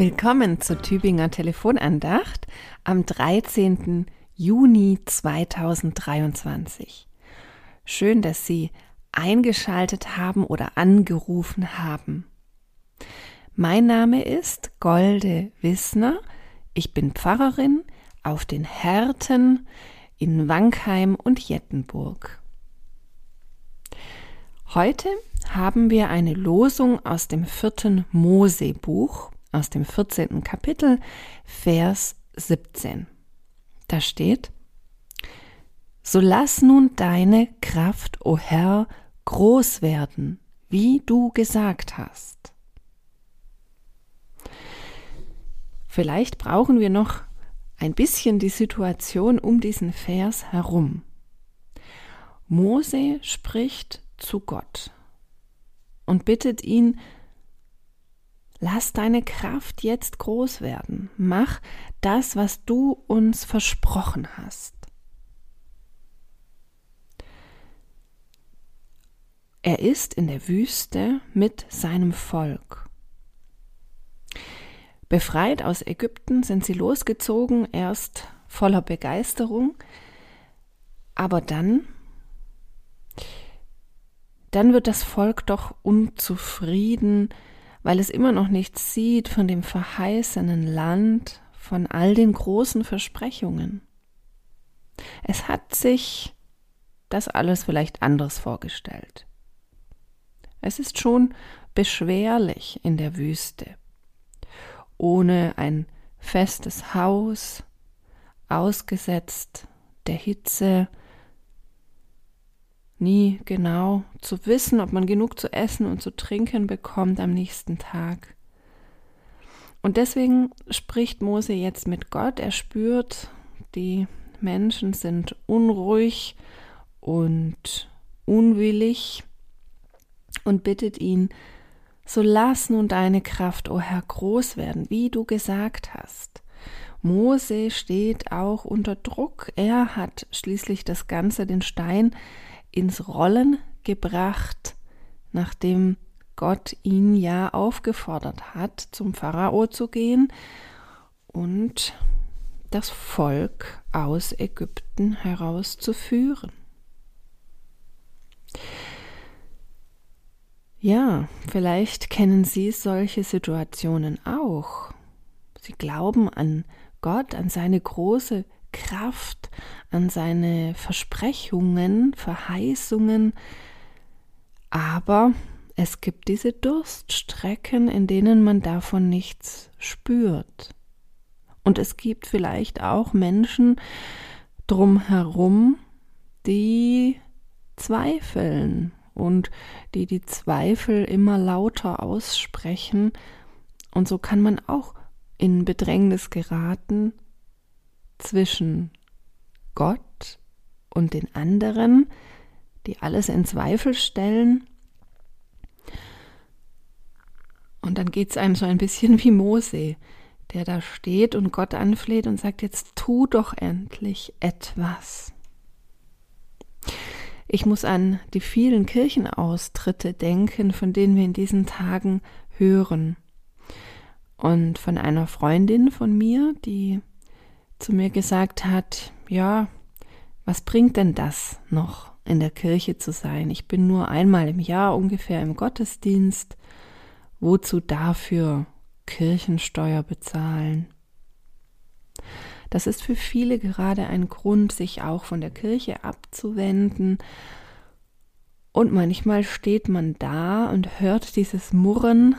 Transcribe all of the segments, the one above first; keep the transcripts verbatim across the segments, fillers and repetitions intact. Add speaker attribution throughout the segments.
Speaker 1: Willkommen zur Tübinger Telefonandacht am dreizehnten Juni zweitausenddreiundzwanzig. Schön, dass Sie eingeschaltet haben oder angerufen haben. Mein Name ist Golde Wissner. Ich bin Pfarrerin auf den Härten in Wankheim und Jettenburg. Heute haben wir eine Losung aus dem vierten Mose-Buch, aus dem vierzehnten Kapitel, Vers siebzehn. Da steht: So lass nun deine Kraft, o Herr, groß werden, wie du gesagt hast. Vielleicht brauchen wir noch ein bisschen die Situation um diesen Vers herum. Mose spricht zu Gott und bittet ihn: Lass deine Kraft jetzt groß werden. Mach das, was du uns versprochen hast. Er ist in der Wüste mit seinem Volk. Befreit aus Ägypten sind sie losgezogen, erst voller Begeisterung, aber dann, dann wird das Volk doch unzufrieden, weil es immer noch nichts sieht von dem verheißenen Land, von all den großen Versprechungen. Es hat sich das alles vielleicht anders vorgestellt. Es ist schon beschwerlich in der Wüste, ohne ein festes Haus, ausgesetzt der Hitze, nie genau zu wissen, ob man genug zu essen und zu trinken bekommt am nächsten Tag. Und deswegen spricht Mose jetzt mit Gott. Er spürt, die Menschen sind unruhig und unwillig und bittet ihn: So lass nun deine Kraft, o Herr, groß werden, wie du gesagt hast. Mose steht auch unter Druck. Er hat schließlich das Ganze, den Stein, ins Rollen gebracht, nachdem Gott ihn ja aufgefordert hat, zum Pharao zu gehen und das Volk aus Ägypten herauszuführen. Ja, vielleicht kennen Sie solche Situationen auch. Sie glauben an Gott, an seine große Kraft, an seine Versprechungen, Verheißungen, aber es gibt diese Durststrecken, in denen man davon nichts spürt. Und es gibt vielleicht auch Menschen drumherum, die zweifeln und die die Zweifel immer lauter aussprechen. Und so kann man auch in Bedrängnis geraten zwischen Gott und den anderen, die alles in Zweifel stellen. Und dann geht es einem so ein bisschen wie Mose, der da steht und Gott anfleht und sagt: Jetzt tu doch endlich etwas. Ich muss an die vielen Kirchenaustritte denken, von denen wir in diesen Tagen hören. Und von einer Freundin von mir, die zu mir gesagt hat: Ja, was bringt denn das noch, in der Kirche zu sein? Ich bin nur einmal im Jahr ungefähr im Gottesdienst. Wozu dafür Kirchensteuer bezahlen? Das ist für viele gerade ein Grund, sich auch von der Kirche abzuwenden. Und manchmal steht man da und hört dieses Murren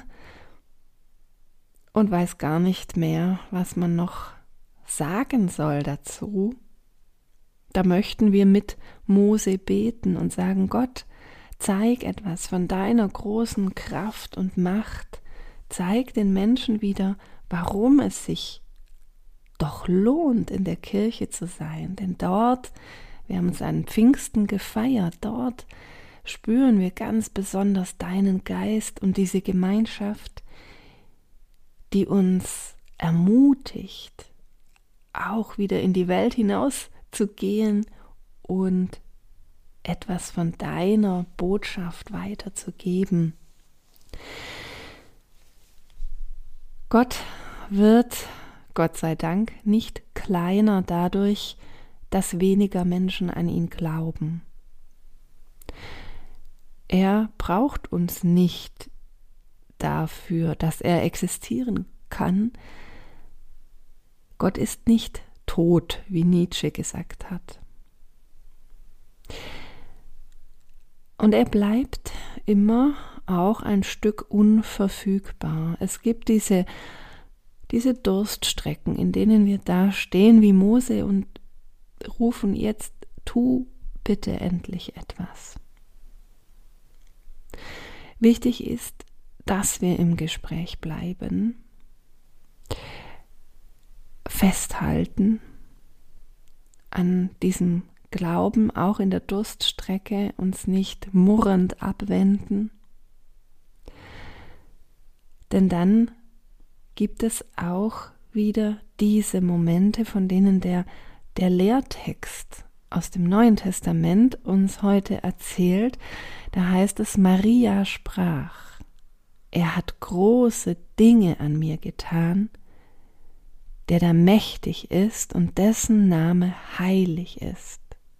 Speaker 1: und weiß gar nicht mehr, was man noch sagen soll dazu. Da möchten wir mit Mose beten und sagen: Gott, zeig etwas von deiner großen Kraft und Macht. Zeig den Menschen wieder, warum es sich doch lohnt, in der Kirche zu sein. Denn dort, wir haben uns an Pfingsten gefeiert, dort spüren wir ganz besonders deinen Geist und diese Gemeinschaft, die uns ermutigt, auch wieder in die Welt hinaus zu gehen und etwas von deiner Botschaft weiterzugeben. Gott, wird, Gott sei Dank, nicht kleiner dadurch, dass weniger Menschen an ihn glauben. Er braucht uns nicht dafür, dass er existieren kann. Gott ist nicht tot, wie Nietzsche gesagt hat. Und er bleibt immer auch ein Stück unverfügbar. Es gibt diese, diese Durststrecken, in denen wir da stehen wie Mose und rufen jetzt, tu bitte endlich etwas. Wichtig ist, dass wir im Gespräch bleiben, festhalten an diesem Glauben, auch in der Durststrecke, uns nicht murrend abwenden. Denn dann gibt es auch wieder diese Momente, von denen der, der Lehrtext aus dem Neuen Testament uns heute erzählt. Da heißt es, Maria sprach, er hat große Dinge an mir getan, der da mächtig ist und dessen Name heilig ist.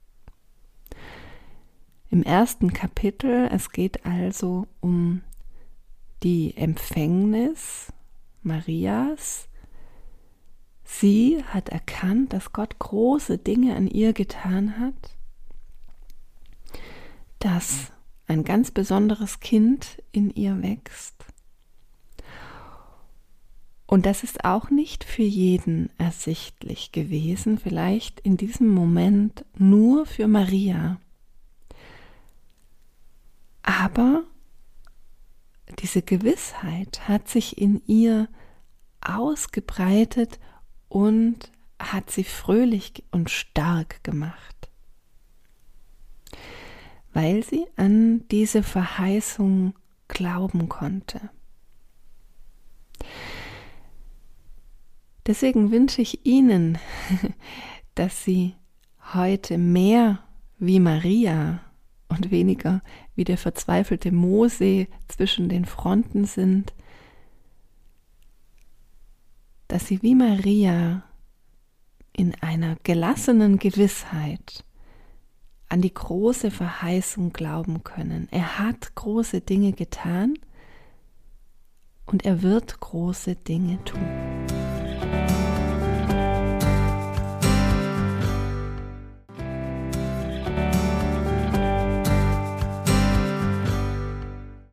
Speaker 1: Im ersten Kapitel, es geht also um die Empfängnis Marias. Sie hat erkannt, dass Gott große Dinge an ihr getan hat, dass ein ganz besonderes Kind in ihr wächst. Und das ist auch nicht für jeden ersichtlich gewesen, vielleicht in diesem Moment nur für Maria. Aber diese Gewissheit hat sich in ihr ausgebreitet und hat sie fröhlich und stark gemacht, weil sie an diese Verheißung glauben konnte. Deswegen wünsche ich Ihnen, dass Sie heute mehr wie Maria und weniger wie der verzweifelte Mose zwischen den Fronten sind, dass Sie wie Maria in einer gelassenen Gewissheit an die große Verheißung glauben können. Er hat große Dinge getan und er wird große Dinge tun.